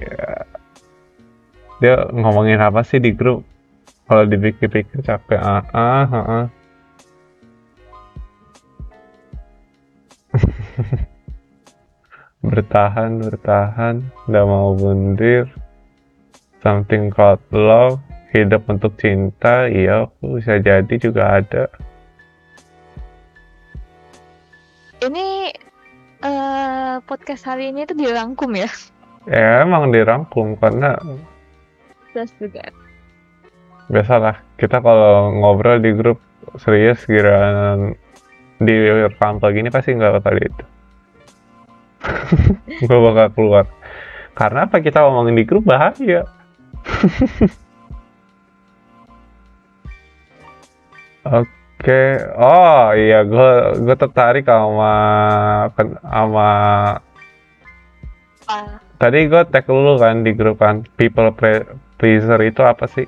Dia ngomongin apa sih di grup? Kalau dipikir-pikir capek. Bertahan, nggak mau mundur. Something called love, hidup untuk cinta, iya, bisa jadi juga ada. Ini podcast hari ini tuh dirangkum ya. Ya emang dirangkum karena Terus juga. biasalah kita kalau ngobrol di grup serius giliran direkam kayak gini pasti nggak bakal itu. Gue bakal keluar. Karena apa kita ngomongin di grup bahaya. Oke, oh iya, gue tertarik sama tadi gue tag lu kan di grup kan, pleaser itu apa sih?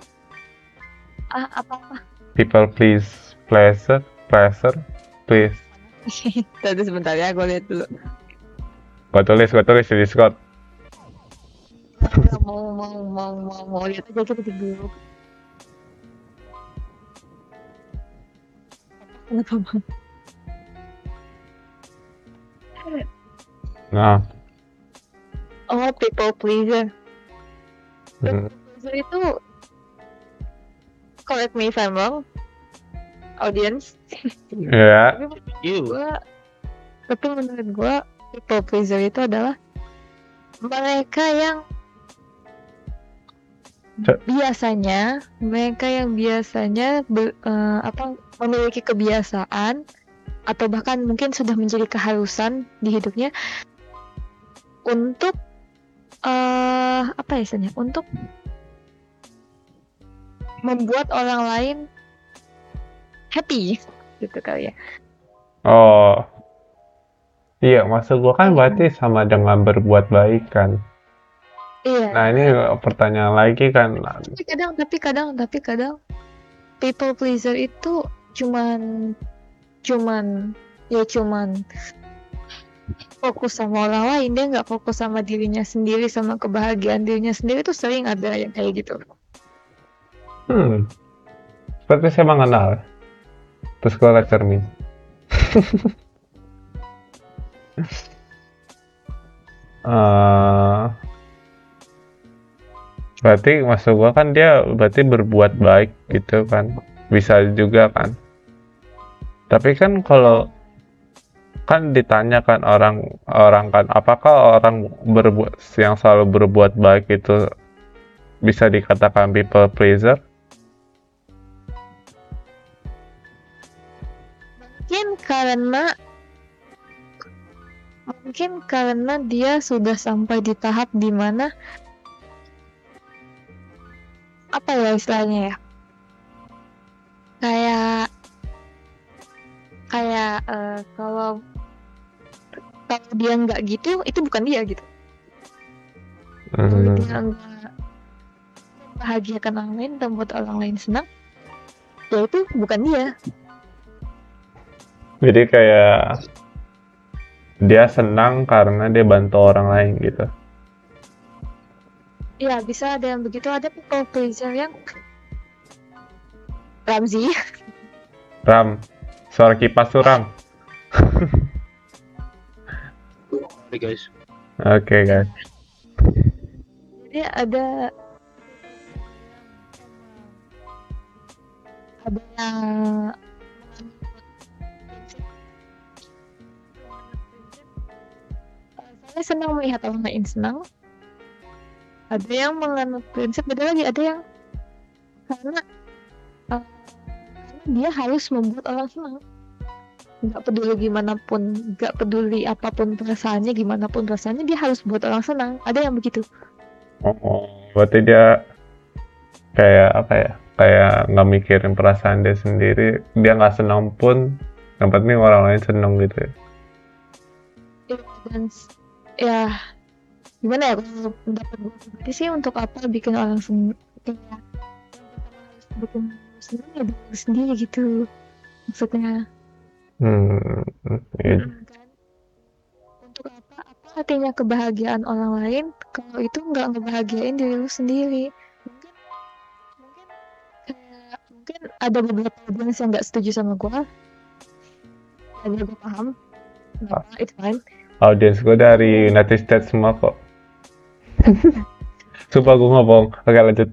Apa? People pleaser, please. Tadi sebentar ya, gue lihat dulu. Gue tulis di Discord. mau lihat aja kita di grup. Kenapa bang? Nah, Oh, people pleaser. hmm, Pleaser itu, correct me if I'm wrong, audience. ya, Tapi menurut gue, people pleaser itu adalah mereka yang biasanya memiliki kebiasaan atau bahkan mungkin sudah menjadi keharusan di hidupnya untuk untuk membuat orang lain happy gitu kali ya. oh, iya, maksud gue kan berarti sama dengan berbuat baik kan. Iya. Nah ini pertanyaan lagi kan. Tapi kadang people pleaser itu cuman fokus sama orang lain, dia nggak fokus sama dirinya sendiri, sama kebahagiaan dirinya sendiri. Tuh sering ada yang kayak gitu. Seperti saya mengenal. Terus gue liat cermin. Berarti maksud gua kan dia berarti berbuat baik gitu kan, bisa juga kan. Tapi kan kalau kan ditanya kan orang kan apakah orang yang selalu berbuat baik itu bisa dikatakan people pleaser? Mungkin karena dia sudah sampai di tahap dimana apa ya istilahnya ya, kayak kalau dia nggak gitu, itu bukan dia gitu. Kalau dia nggak bahagiakan orang lain dan buat orang lain senang, ya itu bukan dia. Jadi kayak dia senang karena dia bantu orang lain gitu. Ya bisa ada yang begitu. Ada people pleaser yang Ramzi. Ram, suara kipas tuh Ram. Oke guys. Oke guys. Jadi ada yang saya senang melihat orang lain senang. Ada yang menganut prinsip, beda lagi ada yang karena dia harus membuat orang senang. Nggak peduli gimanapun, nggak peduli apapun perasaannya, gimana pun perasaannya, dia harus buat orang senang. Ada yang begitu. Oh, berarti dia kayak apa ya? Kayak nggak mikirin perasaan dia sendiri, dia nggak senang pun, yang penting orang lain senang gitu ya. Dan ya gimana ya, kalau pendapat gue pribadi sih, untuk apa bikin orang senang, kayak harus bikin senang ya diri sendiri gitu maksudnya. Iya. Kan? Untuk apa artinya kebahagiaan orang lain kalau itu nggak ngebahagiain diri lu sendiri. Mungkin ada beberapa audiens yang nggak setuju sama gue, dan gue paham. Kenapa? It's fine. Audiens gue dari United States semua kok. Sumpah gue ngomong. Oke lanjut.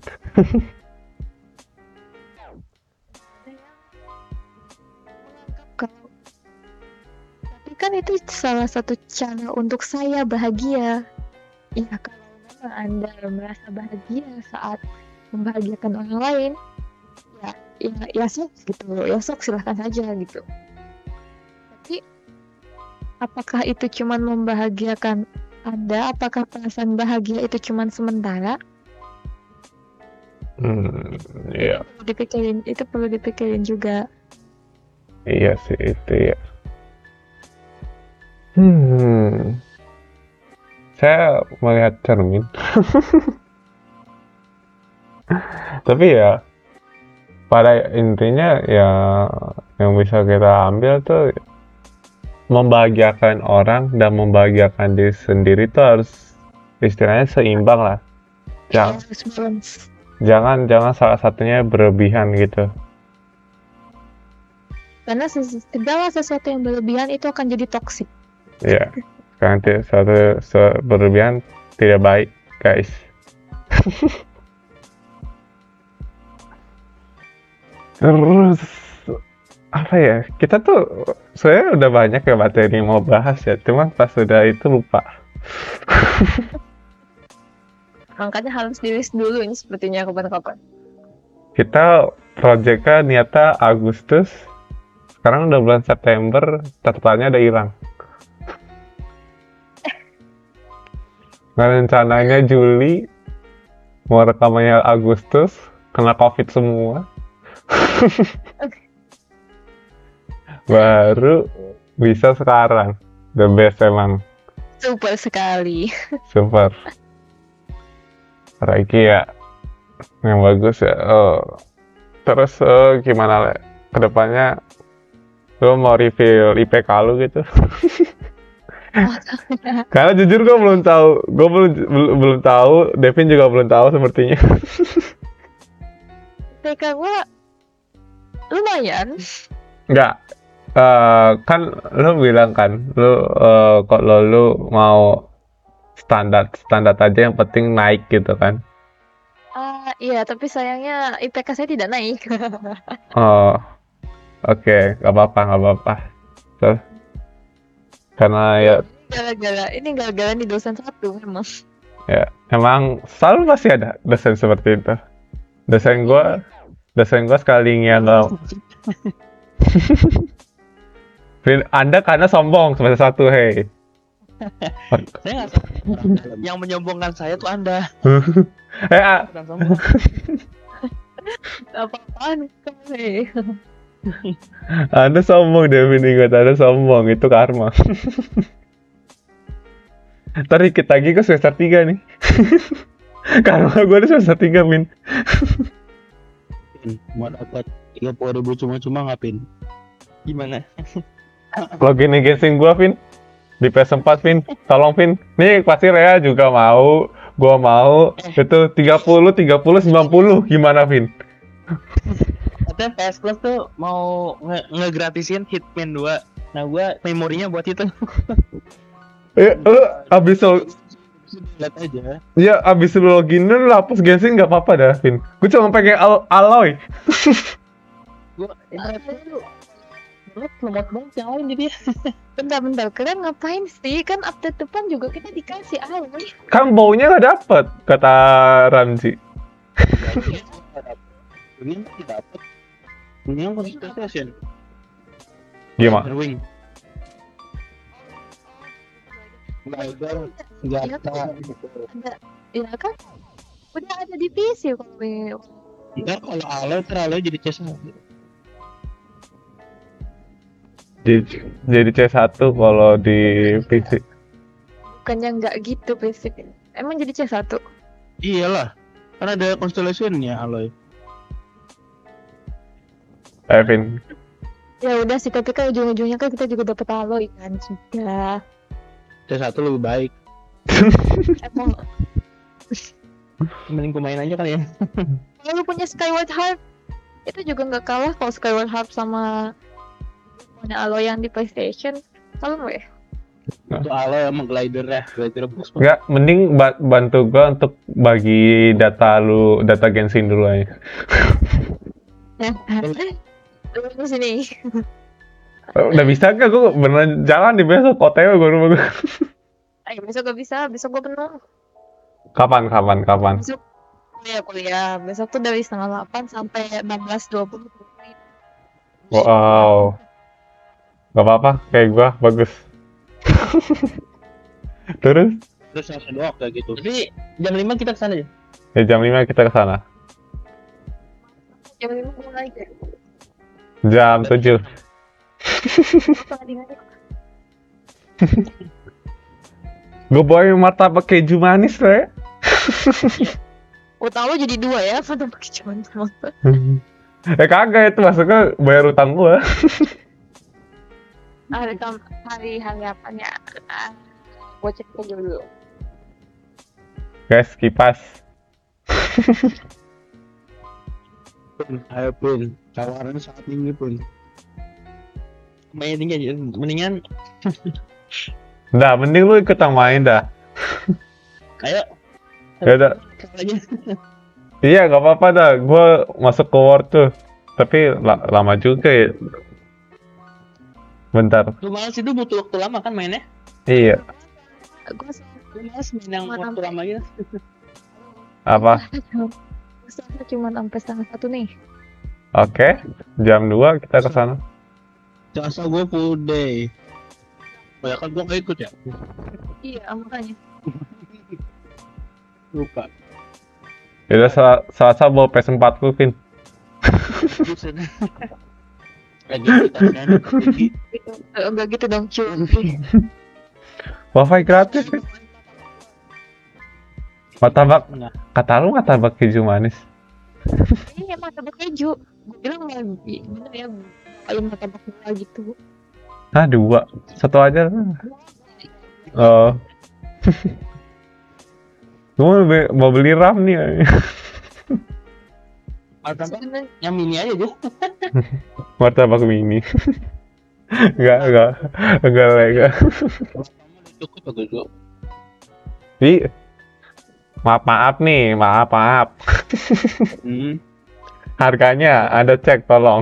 Kalau- Tapi kan itu salah satu cara untuk saya bahagia. Ya kalau memang Anda merasa bahagia saat membahagiakan orang lain, ya sok gitu, ya sok silahkan saja gitu. Tapi apakah itu cuman membahagiakan Anda? Apakah perasaan bahagia itu cuman sementara? Iya. Itu perlu dipikirin juga. Iya sih itu ya. Saya melihat cermin. Tapi ya pada intinya ya yang bisa kita ambil tuh membahagiakan orang dan membahagiakan diri sendiri tuh harus istilahnya seimbang lah. Harus balance. Jangan salah satunya berlebihan gitu. Karena segala sesuatu yang berlebihan itu akan jadi toksik. Ya, karena satu berlebihan tidak baik, guys. Terus apa ya? Kita tuh sebenarnya udah banyak ya materi mau bahas ya, cuman pas udah itu lupa. Makanya harus di-list dulu ini sepertinya kapan-kapan. Kita proyeknya niatnya Agustus, sekarang udah bulan September, catatannya udah hilang. Nah, rencananya Juli, mau rekamannya Agustus, kena COVID semua. Baru bisa sekarang. The best emang. Super sekali. Super. Raiki ya, yang bagus ya. Terus gimana Le? Kedepannya lo mau reveal IPK lu gitu? Karena jujur gue belum tahu, belum tahu, Devin juga belum tahu sepertinya. TK gue lumayan. Enggak, kan lo bilang kan, kalau lo mau standar aja yang penting naik gitu kan? Iya, tapi sayangnya IPK saya tidak naik. Oh, oke, nggak apa-apa. Terus, karena ya gara-gara di dosen satu memang. ya emang selalu pasti ada dosen seperti itu. Dosen gua sekali nggak Anda karena sombong semester 1, hei. Saya nggak yang menyombongkan saya tuh Anda. Bukan sombong. Apa-apaan kamu? Anda sombong, Devin, ingat Anda sombong, itu karma. Ntar dikit lagi ke semester 3 nih. Karma gue di semester 3, Min. Mau dapat 30.000 cuma-cuma ngapin? Gimana? Login agensin gue, Vin. Di PS4, Vin. Tolong, Vin. Nih pasti Rea juga mau. Gua mau. Itu 30, 90. Gimana, Vin? Katanya PS Plus tuh mau ngegratisin Hitman 2. Nah gua memorinya buat itu. Abis Lihat aja. ya abis login lu hapus gengsin nggak apa-apa dah, Vin. Gue cuma pengen alloy. Gua internetnya tuh lemot banget yang lain jadi. Bentar, kalian ngapain sih? Kan update depan juga kita dikasih alloy. Kan baunya nggak dapet, kata Ramzi. Ini masih dapat. Ini yang concentration. Gimana? Wing. Enggak Iya ada. Ya kan? Udah ada di PC kalau Enggak, kalau alloy jadi C1. Jadi C1 kalau di PC. bukannya nggak gitu PC. Emang jadi C1? Iyalah. Kan ada constellation-nya alloy. Vin. Ya udah sih, tapi kan ujung-ujungnya kan kita juga dapat alloy kan juga. C1 lebih baik. Emang Mending ku main aja kali ya. kalau lu punya Skyward Harp itu juga nggak kalah kalau Skyward Harp sama punya alloy yang di PlayStation. Kalau gue Soalnya emang glider bos. Enggak, mending bantu gua untuk bagi data Genshin dulu aja. Tunggu sini. Udah bisa gak? Gua beneran jalan di besok OTW gua rumah gua. Ayo besok gak bisa, besok gue penuh. Kapan? Besok kuliah. Besok tuh dari setengah 8 sampai 16.20. Wow. Gak apa-apa, kayak gua bagus. Terus Terus langsung doang kayak gitu. Tapi jam 5 kita kesana ya. ya jam 5 kita ke sana. Jam 5 mulai deh. Jam 7. Gue bawain martabak keju manis loh ya. Utang lo jadi 2 ya, pada pakai cuman sama. Kagak, itu maksudnya bayar utang gua. Hari apanya? Gue cek aja dulu. Guys, kipas. Ayo pun, tawaran saat ini pun. Main tinggi aja, mendingan. Dah, mending lu ikut main dah. Ayo. Ya udah. Aja. Iya, gak apa-apa dah. Gua masuk ke War tuh. Tapi lama juga ya. Bentar. Lu males itu butuh waktu lama kan mainnya? Iya. Gue Lu males main yang waktu lama gitu. Apa? cuma sampai setengah 1 nih. Oke. Jam 2 kita ke sana. Jasa gue full day. Oh ya kan gue gak ikut ya? Iya, makanya. Lupa. Yaudah, Selasa bawa PS4 ku, Vin. Buset. Lagi kita kan. Enggak gitu dong, cuy. Wifi gratis. Martabak. Nah. Kata lu martabak keju manis. Ini emang martabak keju. Gue bilang lagi, gimana ya? Kayak martabak bola gitu. Hah, 2. Satu aja. Oh. Gue mau beli RAM nih. Martabak yang mini aja tuh. Martabak mini. Enggak. Cukup bagus kok. Ih, maaf nih, maaf. Harganya Anda cek tolong.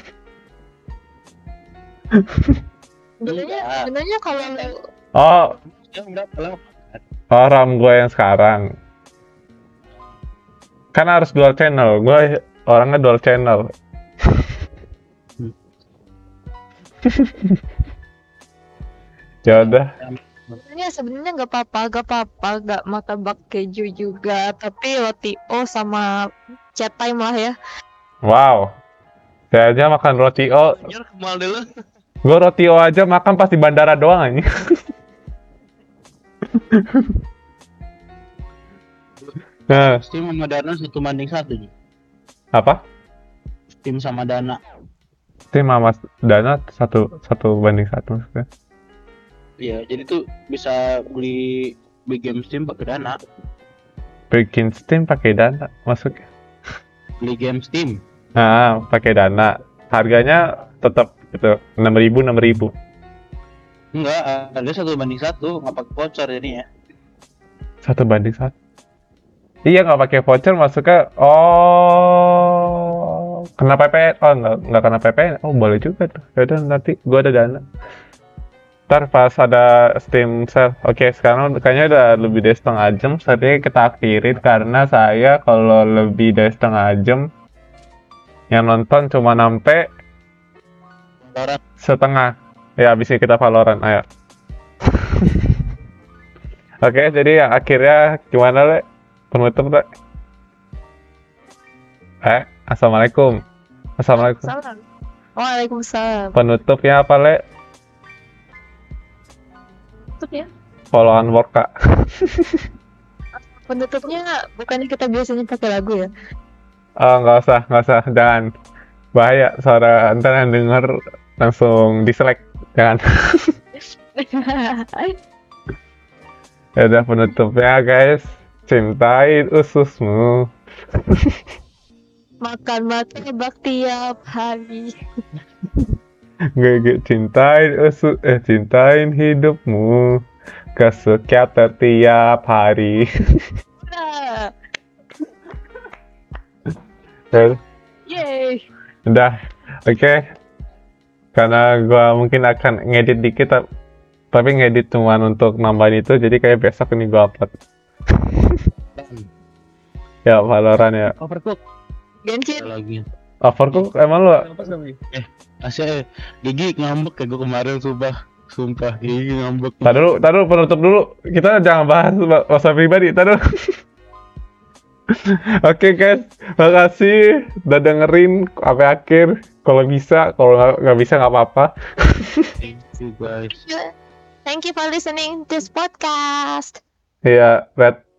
Sebenarnya kalau Oh, Ya enggak kalau RAM gue yang sekarang. Kan harus dual channel. Gue orangnya dual channel. Ya udah. sebenarnya nggak apa-apa, nggak martabak keju juga, tapi roti O sama chat time lah ya. Wow. Saya aja makan roti O. anjir ke mall dulu. Gue roti O aja makan pas di bandara doang aja. Nah, Steam sama Dana 1:1 nih. apa? Steam sama Dana. Tim sama Dana satu banding satu maksudnya. Iya, jadi tuh bisa beli game Steam pakai Dana. Bikin Steam pakai Dana maksudnya. Beli game Steam. Nah, pakai Dana. Harganya tetap gitu 6.000. Enggak, ada 1:1, nggak pakai voucher jadinya. 1:1. Iya, nggak pakai voucher masuknya. Oh, kena PPN. Oh, nggak kena PPN. Oh, boleh juga tuh. Yaudah, nanti gua ada Dana. Ntar pas ada Steam sale. Oke, sekarang kayaknya udah lebih dari setengah jam. Saatnya kita akhirin karena saya kalau lebih dari setengah jam yang nonton cuma sampai Valorant. setengah. Ya, habis ini kita Valorant. Ayo. Oke, jadi ya akhirnya gimana, Le? Penutup, Le? Assalamualaikum. Assalamualaikum. Salam. Waalaikumsalam. Penutupnya apa, Le? Penutupnya? Followan Worka. Penutupnya bukannya kita biasanya pakai lagu ya? Oh, nggak usah, jangan. Bahaya, suara ntar yang denger langsung dislike, jangan. Ya udah, penutupnya guys, cintai ususmu. Makan martabak tiap hari. Gigi cintain hidupmu kesekian setiap hari. Nah, Ya, yay. udah, oke. Karena gua mungkin akan ngedit dikit, tapi ngedit cuman untuk nambahin itu, jadi kayak besok ini gua upload. Ya, Valorant ya. Overcook. Genshin. Ada lagi. Overcook emang lu Asya Gigi ngambek kayak gue kemarin sumpah Gigi ngambek. tar dulu penutup dulu. Kita jangan bahas masa pribadi, tar dulu. Oke guys, makasih udah dengerin sampai akhir. Kalau bisa, kalau nggak bisa nggak apa-apa. Thank you guys. Thank you for listening this podcast. Iya,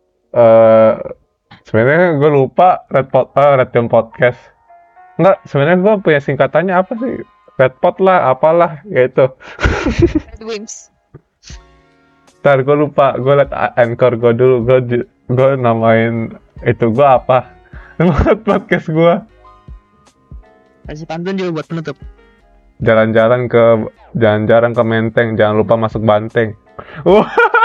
sebenarnya gue lupa Red Team Podcast. Enggak, sebenarnya gue punya singkatannya apa sih? Red Pot lah, apalah, gitu. Red Wimps. Ntar gue lupa, gue liat Anchor gue dulu, gue namain itu gue apa? Nama podcast gue. Kasih pantun juga buat penutup. Jalan-jalan ke Menteng, jangan lupa masuk Banteng. Wah.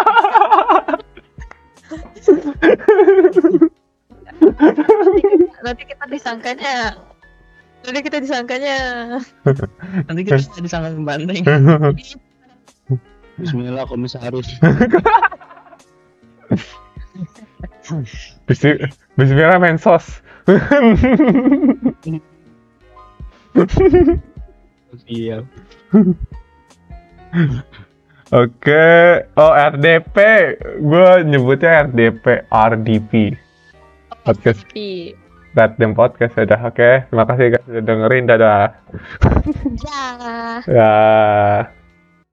Nanti kita disangkanya. Nanti kita disangka membanding. Bismillah komisaris. Bismillah mensos. Iya. Oke, RDP, gue nyebutnya RDP. Podcast Red Dem Podcast udah oke. Terima kasih guys udah dengerin, dadah. Ya. Ya.